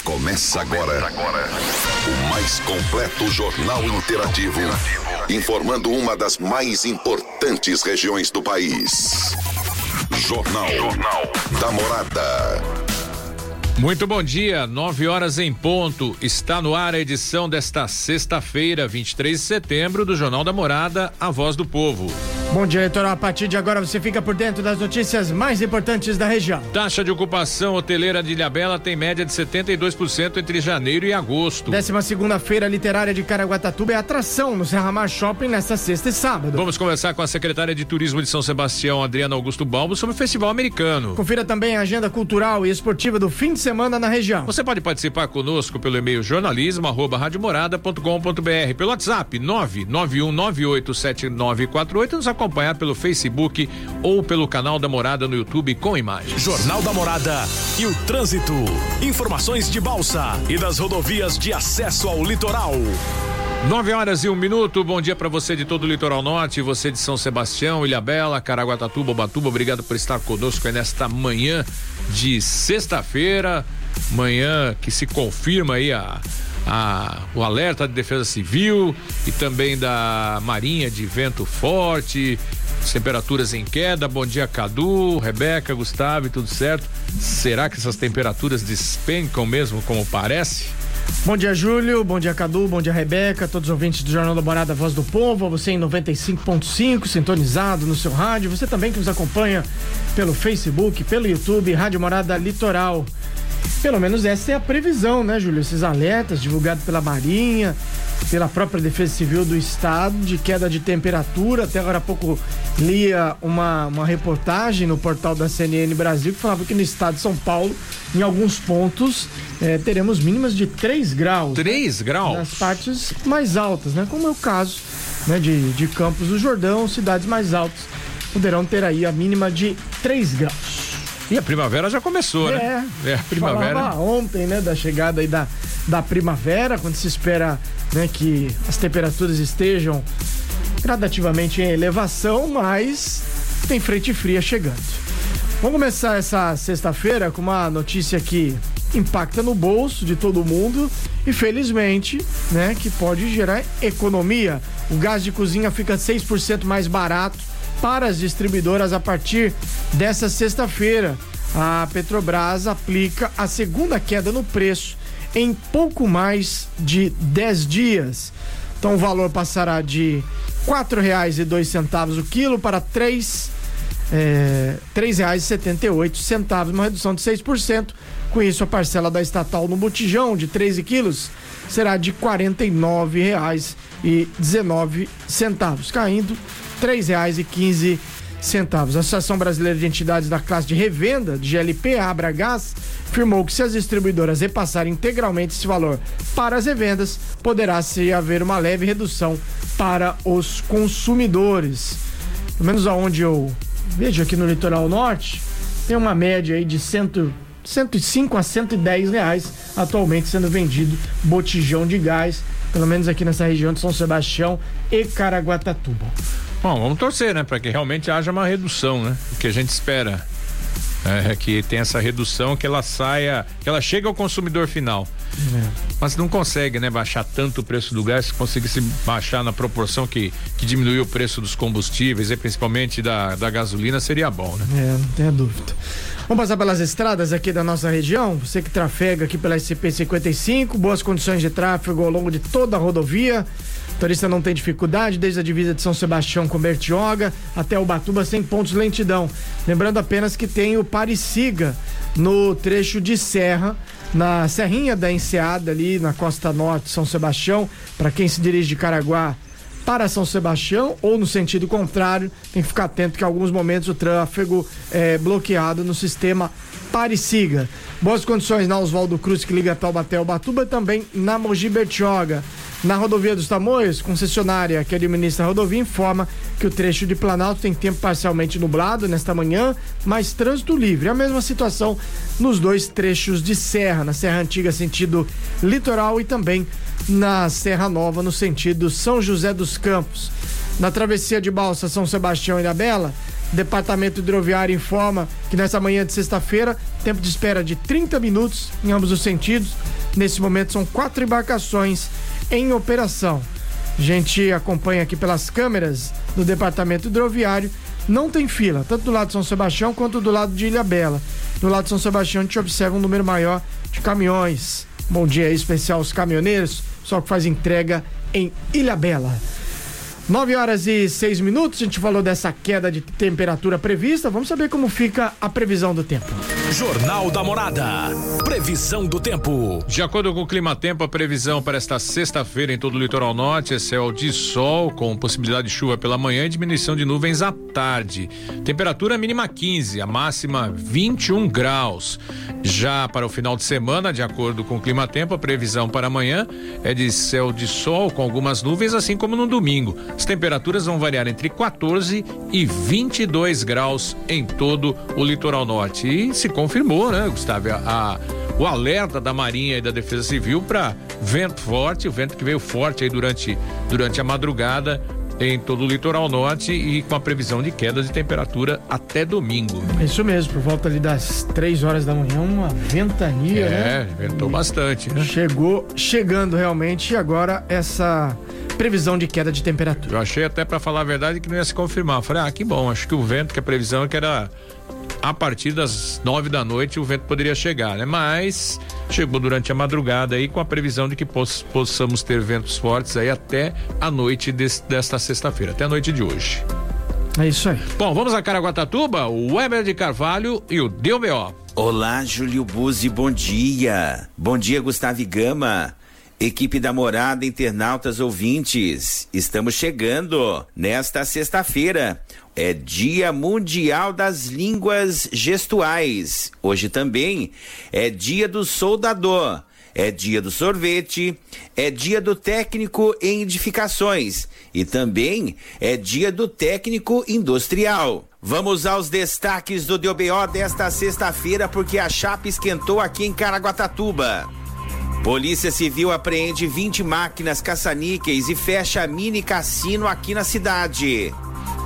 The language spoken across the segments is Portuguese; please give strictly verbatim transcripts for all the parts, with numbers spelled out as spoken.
Começa agora, Começa agora o mais completo jornal interativo, informando uma das mais importantes regiões do país. Jornal, jornal da Morada. Muito bom dia, nove horas em ponto. Está no ar a edição desta sexta-feira, vinte e três de setembro, do Jornal da Morada, a voz do povo. Bom dia, Leitor. A partir de agora você fica por dentro das notícias mais importantes da região. Taxa de ocupação hoteleira de Ilhabela tem média de setenta e dois por cento entre janeiro e agosto. Décima segunda-feira literária de Caraguatatuba é atração no Serra Mar Shopping nesta sexta e sábado. Vamos conversar com a secretária de Turismo de São Sebastião, Adriana Augusto Balbo, sobre o Festival Americano. Confira também a agenda cultural e esportiva do fim de semana na região. Você pode participar conosco pelo e-mail jornalismo arroba radiomorada ponto com ponto br, pelo WhatsApp nove nove um nove oito sete nove quatro oito, nos acompanhar pelo Facebook ou pelo canal da Morada no YouTube com imagens. Jornal da Morada e o trânsito. Informações de Balsa e das rodovias de acesso ao litoral. Nove horas e um minuto, bom dia para você de todo o litoral norte, você de São Sebastião, Ilhabela, Caraguatatuba, Ubatuba, obrigado por estar conosco aí nesta manhã de sexta-feira, manhã que se confirma aí a, a, o alerta de defesa civil e também da Marinha de vento forte, temperaturas em queda. Bom dia, Cadu, Rebeca, Gustavo, tudo certo? Será que essas temperaturas despencam mesmo como parece? Bom dia, Júlio, bom dia, Cadu, bom dia, Rebeca, todos os ouvintes do Jornal da Morada, Voz do Povo, você em noventa e cinco ponto cinco, sintonizado no seu rádio, você também que nos acompanha pelo Facebook, pelo YouTube, Rádio Morada Litoral. Pelo menos essa é a previsão, né, Júlio? Esses alertas divulgados pela Marinha, pela própria Defesa Civil do Estado, de queda de temperatura. Até agora há pouco lia uma, uma reportagem no portal da C N N Brasil que falava que no estado de São Paulo, em alguns pontos, eh, teremos mínimas de três graus. três né? graus? Nas partes mais altas, né? Como é o caso, né, de, de Campos do Jordão, cidades mais altas poderão ter aí a mínima de três graus. E a primavera já começou, é, né? É, a primavera. Falava ontem, né, da chegada aí da, da primavera, quando se espera, né, que as temperaturas estejam gradativamente em elevação, mas tem frente fria chegando. Vamos começar essa sexta-feira com uma notícia que impacta no bolso de todo mundo e felizmente, né, que pode gerar economia. O gás de cozinha fica seis por cento mais barato para as distribuidoras a partir dessa sexta-feira. A Petrobras aplica a segunda queda no preço em pouco mais de dez dias. Então o valor passará de quatro reais e dois centavos o quilo para três é, três reais e setenta e oito centavos, uma redução de seis por cento. Com isso, a parcela da estatal no botijão de treze quilos será de quarenta e nove reais e dezenove centavos, caindo três reais e quinze centavos. A Associação Brasileira de Entidades da Classe de Revenda, de G L P, a Abragás, afirmou que se as distribuidoras repassarem integralmente esse valor para as revendas, poderá se haver uma leve redução para os consumidores. Pelo menos aonde eu vejo aqui no litoral norte, tem uma média aí de cento, cento e cinco a cento e dez reais atualmente sendo vendido botijão de gás, pelo menos aqui nessa região de São Sebastião e Caraguatatuba. Bom, vamos torcer, né, para que realmente haja uma redução, né? O que a gente espera é que tenha essa redução, que ela saia, que ela chegue ao consumidor final. É. Mas não consegue, né, baixar tanto o preço do gás. Se conseguisse baixar na proporção que, que diminuiu o preço dos combustíveis e principalmente da, da gasolina, seria bom, né? É, não tenha dúvida. Vamos passar pelas estradas aqui da nossa região. Você que trafega aqui pela S C P cinquenta e cinco, boas condições de tráfego ao longo de toda a rodovia. O turista não tem dificuldade, desde a divisa de São Sebastião com Bertioga até Ubatuba, sem pontos de lentidão. Lembrando apenas que tem o Pare-Siga no trecho de serra, na Serrinha da Enseada, ali na costa norte de São Sebastião, para quem se dirige de Caraguá para São Sebastião ou no sentido contrário, tem que ficar atento que em alguns momentos o tráfego é bloqueado no sistema Pare-Siga. Boas condições na Oswaldo Cruz, que liga Taubaté ao Ubatuba, também na Mogi Bertioga. Na rodovia dos Tamoios, concessionária que administra a rodovia informa que o trecho de Planalto tem tempo parcialmente nublado nesta manhã, mas trânsito livre. A mesma situação nos dois trechos de serra, na Serra Antiga sentido litoral e também na Serra Nova no sentido São José dos Campos. Na travessia de Balsa São Sebastião e Ilhabela, o Departamento Hidroviário informa que nessa manhã de sexta-feira, tempo de espera de trinta minutos em ambos os sentidos. Nesse momento são quatro embarcações em operação. A gente acompanha aqui pelas câmeras do Departamento Hidroviário. Não tem fila, tanto do lado de São Sebastião quanto do lado de Ilhabela. Do lado de São Sebastião a gente observa um número maior de caminhões. Bom dia aí especial aos caminhoneiros, só que faz entrega em Ilhabela. nove horas e seis minutos, a gente falou dessa queda de temperatura prevista. Vamos saber como fica a previsão do tempo. Jornal da Morada. Previsão do tempo. De acordo com o Climatempo, a previsão para esta sexta-feira em todo o litoral norte é céu de sol, com possibilidade de chuva pela manhã e diminuição de nuvens à tarde. Temperatura mínima quinze, a máxima vinte e um graus. Já para o final de semana, de acordo com o Climatempo, a previsão para amanhã é de céu de sol com algumas nuvens, assim como no domingo. As temperaturas vão variar entre quatorze e vinte e dois graus em todo o litoral norte. E se confirmou, né, Gustavo, a, a, o alerta da Marinha e da Defesa Civil para vento forte, o vento que veio forte aí durante, durante a madrugada em todo o litoral norte e com a previsão de queda de temperatura até domingo. Isso mesmo, por volta ali das três horas da manhã, uma ventania, é, né? É, ventou bastante, né? Chegou, chegando realmente, e agora essa previsão de queda de temperatura. Eu achei até, para falar a verdade, que não ia se confirmar. Eu falei, ah, que bom, acho que o vento, que a previsão é que era a partir das nove da noite o vento poderia chegar, né? Mas chegou durante a madrugada aí com a previsão de que poss, possamos ter ventos fortes aí até a noite desse, desta sexta-feira, até a noite de hoje. É isso aí. Bom, vamos a Caraguatatuba, o Weber de Carvalho e o D B O. Olá, Júlio Buzzi, bom dia. Bom dia, Gustavo Gama. Equipe da Morada, internautas ouvintes, estamos chegando nesta sexta-feira. É Dia Mundial das Línguas Gestuais. Hoje também é Dia do Soldador, é Dia do Sorvete, é Dia do Técnico em Edificações e também é Dia do Técnico Industrial. Vamos aos destaques do D B O desta sexta-feira, porque a chapa esquentou aqui em Caraguatatuba. Polícia Civil apreende vinte máquinas caça-níqueis e fecha mini cassino aqui na cidade.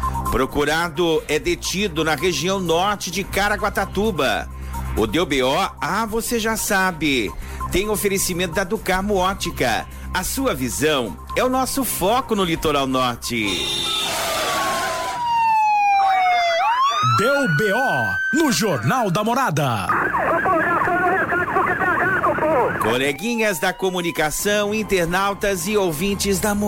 Procurado é detido na região norte de Caraguatatuba. O D B O, ah, você já sabe, tem oferecimento da Ducarmo Ótica. A sua visão é o nosso foco no litoral norte. D B O no Jornal da Morada. Coleguinhas da comunicação, internautas e ouvintes da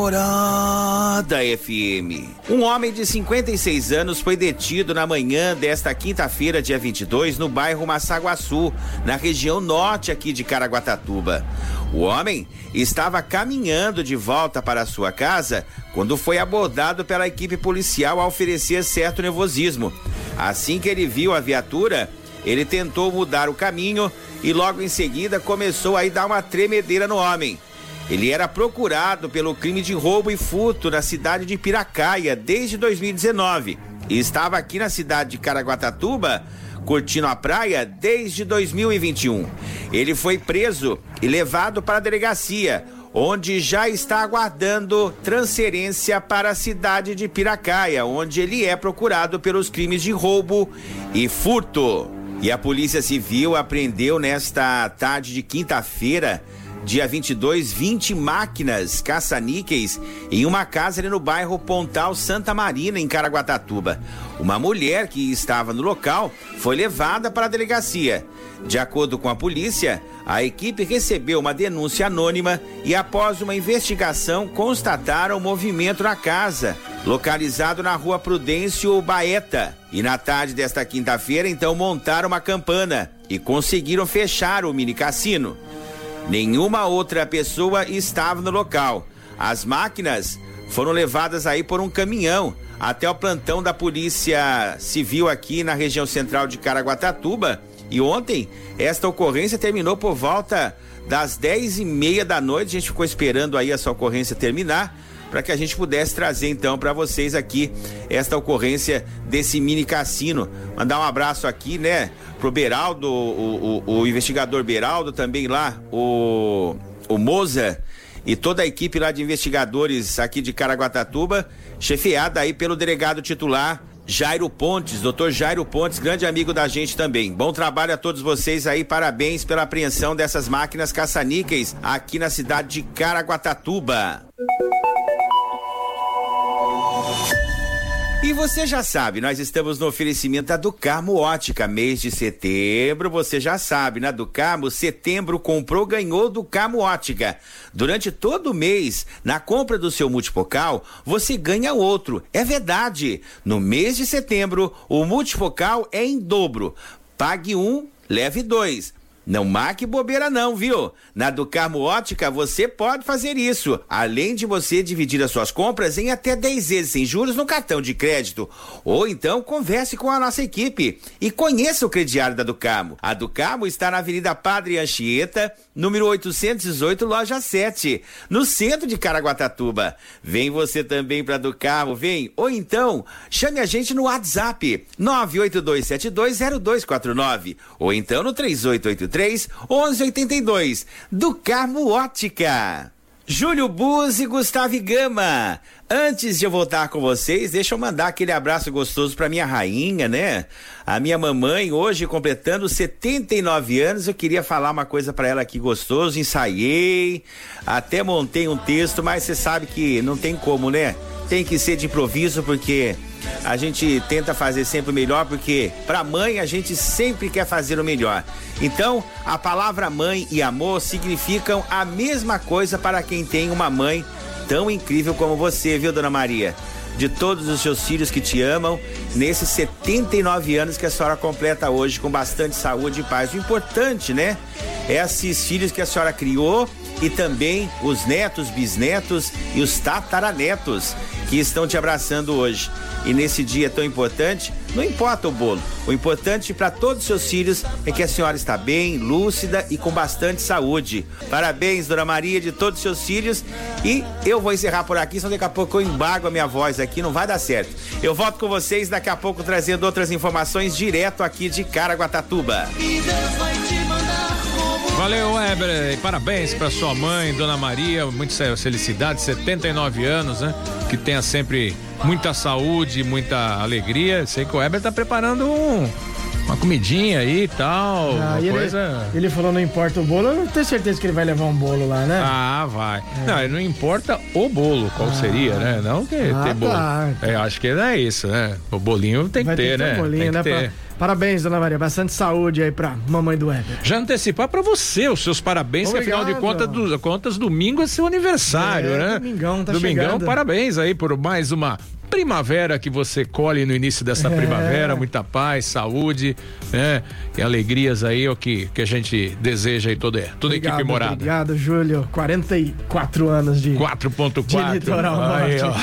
Morada F M. Um homem de cinquenta e seis anos foi detido na manhã desta quinta-feira, dia vinte e dois, no bairro Massaguaçu, na região norte aqui de Caraguatatuba. O homem estava caminhando de volta para a sua casa quando foi abordado pela equipe policial a oferecer certo nervosismo. Assim que ele viu a viatura, ele tentou mudar o caminho e logo em seguida começou a dar uma tremedeira no homem. Ele era procurado pelo crime de roubo e furto na cidade de Piracaia desde dois mil e dezenove e estava aqui na cidade de Caraguatatuba curtindo a praia desde dois mil e vinte e um. Ele foi preso e levado para a delegacia, onde já está aguardando transferência para a cidade de Piracaia, onde ele é procurado pelos crimes de roubo e furto. E a Polícia Civil apreendeu nesta tarde de quinta-feira, dia vinte e dois, vinte máquinas caça-níqueis em uma casa ali no bairro Pontal Santa Marina, em Caraguatatuba. Uma mulher que estava no local foi levada para a delegacia. De acordo com a polícia, a equipe recebeu uma denúncia anônima e, após uma investigação, constataram movimento na casa, localizado na rua Prudêncio Baeta. E na tarde desta quinta-feira, então, montaram uma campana e conseguiram fechar o mini cassino. Nenhuma outra pessoa estava no local. As máquinas foram levadas aí por um caminhão até o plantão da Polícia Civil aqui na região central de Caraguatatuba. E ontem, esta ocorrência terminou por volta das dez e meia da noite. A gente ficou esperando aí essa ocorrência terminar, para que a gente pudesse trazer então para vocês aqui esta ocorrência desse mini cassino. Mandar um abraço aqui, né, pro Beraldo, o, o, o investigador Beraldo, também lá, o, o Moza e toda a equipe lá de investigadores aqui de Caraguatatuba, chefiada aí pelo delegado titular Jairo Pontes, doutor Jairo Pontes, grande amigo da gente também. Bom trabalho a todos vocês aí, parabéns pela apreensão dessas máquinas caça-níqueis aqui na cidade de Caraguatatuba. E você já sabe, nós estamos no oferecimento da Ducarmo Ótica, mês de setembro, você já sabe, na Ducarmo, setembro comprou, ganhou Ducarmo Ótica. Durante todo o mês, na compra do seu multifocal, você ganha outro, é verdade. No mês de setembro, o multifocal é em dobro. Pague um, leve dois. Não marque bobeira não, viu? Na Ducarmo Ótica você pode fazer isso, além de você dividir as suas compras em até dez vezes sem juros no cartão de crédito. Ou então converse com a nossa equipe e conheça o crediário da Ducarmo. A Ducarmo está na Avenida Padre Anchieta, número oitocentos e dezoito, loja sete, no centro de Caraguatatuba. Vem você também para Ducarmo, vem. Ou então chame a gente no WhatsApp nove oito dois sete dois zero dois quatro nove ou então no três oito oito três, onze oitenta e dois. Ducarmo Ótica. Júlio Buzzi e Gustavo Gama. Antes de eu voltar com vocês, deixa eu mandar aquele abraço gostoso pra minha rainha, né? A minha mamãe, hoje completando setenta e nove anos, eu queria falar uma coisa pra ela aqui gostoso, ensaiei, até montei um texto, mas você sabe que não tem como, né? Tem que ser de improviso, porque a gente tenta fazer sempre o melhor, porque pra mãe a gente sempre quer fazer o melhor. Então, a palavra mãe e amor significam a mesma coisa para quem tem uma mãe tão incrível como você, viu, dona Maria? De todos os seus filhos que te amam, nesses setenta e nove anos que a senhora completa hoje, com bastante saúde e paz. O importante, né, é esses filhos que a senhora criou e também os netos, bisnetos e os tataranetos que estão te abraçando hoje. E nesse dia tão importante, não importa o bolo, o importante para todos os seus filhos é que a senhora está bem, lúcida e com bastante saúde. Parabéns, dona Maria, de todos os seus filhos. E eu vou encerrar por aqui, senão daqui a pouco eu embargo a minha voz aqui, não vai dar certo. Eu volto com vocês daqui a pouco trazendo outras informações direto aqui de Caraguatatuba. Valeu, Weber, e parabéns para sua mãe, dona Maria, muita felicidade, setenta e nove anos, né? Que tenha sempre muita saúde, muita alegria. Sei que o Weber tá preparando um, uma comidinha aí e tal, ah, uma e coisa... Ele, ele falou não importa o bolo, eu não tenho certeza que ele vai levar um bolo lá, né? Ah, vai. É. Não, não importa o bolo, qual ah, seria, né? Não que ah, ter bolo. Tá. É, acho que não é isso, né? O bolinho tem vai que ter, ter né? Um bolinho, tem que né? ter. Pra... Parabéns, dona Maria, bastante saúde aí pra mamãe do Weber. Já antecipar pra você os seus parabéns, obrigado. Que afinal de contas, do, contas, domingo é seu aniversário, é, né? Domingão, tá Domingão, chegando. Parabéns aí por mais uma primavera que você colhe no início dessa é. primavera, muita paz, saúde, né? E alegrias aí, o que, que a gente deseja aí, toda, toda a equipe morada. Obrigado, Júlio, quarenta e quatro anos de quatro ponto quatro de Litoral aí, Norte.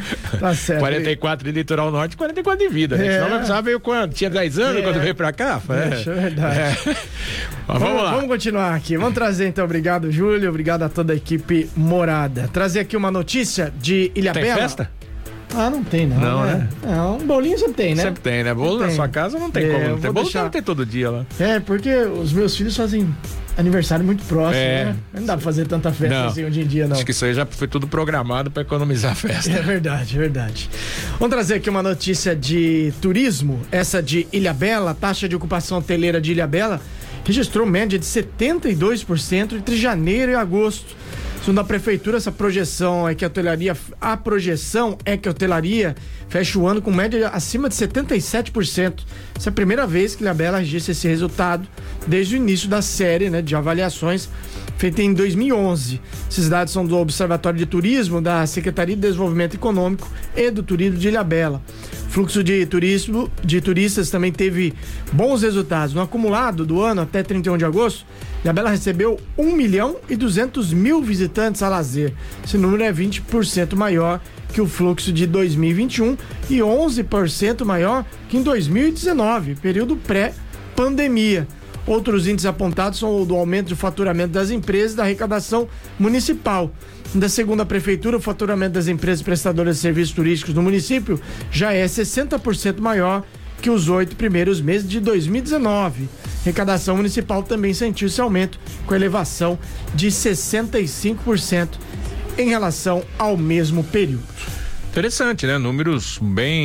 Tá certo. quarenta e quatro de Litoral Norte, quarenta e quatro de vida, né? É. Senão não sabe quando, tinha dez anos é. quando veio pra cá? É, é verdade. É. Mas vamos, vamos lá. Vamos continuar aqui, vamos trazer então, obrigado, Júlio, obrigado a toda a equipe morada. Trazer aqui uma notícia de Ilhabela. Tem festa? Ah, não tem não, não né? né? Não, um bolinho sempre tem, né? Sempre tem, né? Bolo na sua casa não tem é, como não ter. Bolo deixar... não tem todo dia lá. É, porque os meus filhos fazem aniversário muito próximo, é. né? Não dá pra fazer tanta festa não. assim hoje em dia, não. Acho que isso aí já foi tudo programado pra economizar a festa. É verdade, é verdade. Vamos trazer aqui uma notícia de turismo, essa de Ilhabela, a taxa de ocupação hoteleira de Ilhabela registrou média de setenta e dois por cento entre janeiro e agosto. Segundo a prefeitura, essa projeção é que a hotelaria, a projeção é que a hotelaria fecha o ano com média acima de setenta e sete por cento. Essa é a primeira vez que Ilhabela registra esse resultado desde o início da série, né, de avaliações feita em dois mil e onze. Esses dados são do Observatório de Turismo da Secretaria de Desenvolvimento Econômico e do Turismo de Ilhabela. O fluxo de turismo de turistas também teve bons resultados. No acumulado do ano até trinta e um de agosto, Ilhabela recebeu um milhão e duzentos mil visitantes a lazer. Esse número é vinte por cento maior que o fluxo de dois mil e vinte e um e onze por cento maior que em dois mil e dezenove, período pré-pandemia. Outros índices apontados são o do aumento do faturamento das empresas e da arrecadação municipal. Da segunda prefeitura, o faturamento das empresas prestadoras de serviços turísticos no município já é sessenta por cento maior que os oito primeiros meses de dois mil e dezenove. A arrecadação municipal também sentiu esse aumento, com elevação de sessenta e cinco por cento em relação ao mesmo período. Interessante, né? Números bem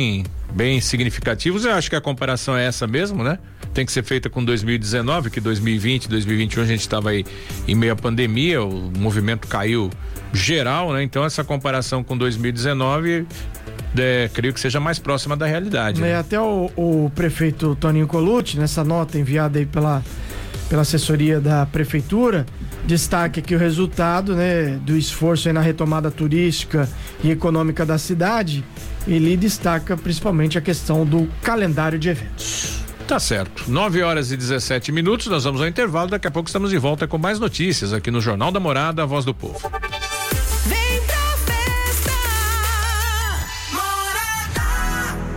bem significativos. Eu acho que a comparação é essa mesmo, né? Tem que ser feita com dois mil e dezenove, que dois mil e vinte, dois mil e vinte e um a gente estava aí em meio à pandemia, o movimento caiu geral, né? Então essa comparação com dois mil e dezenove, é, creio que seja mais próxima da realidade. É, né? Até o, o prefeito Toninho Colucci, nessa nota enviada aí pela, pela assessoria da prefeitura, destaca que o resultado, né, do esforço aí na retomada turística e econômica da cidade, ele destaca principalmente a questão do calendário de eventos. Tá certo. nove horas e dezessete minutos, nós vamos ao intervalo, daqui a pouco estamos de volta com mais notícias aqui no Jornal da Morada, a Voz do Povo.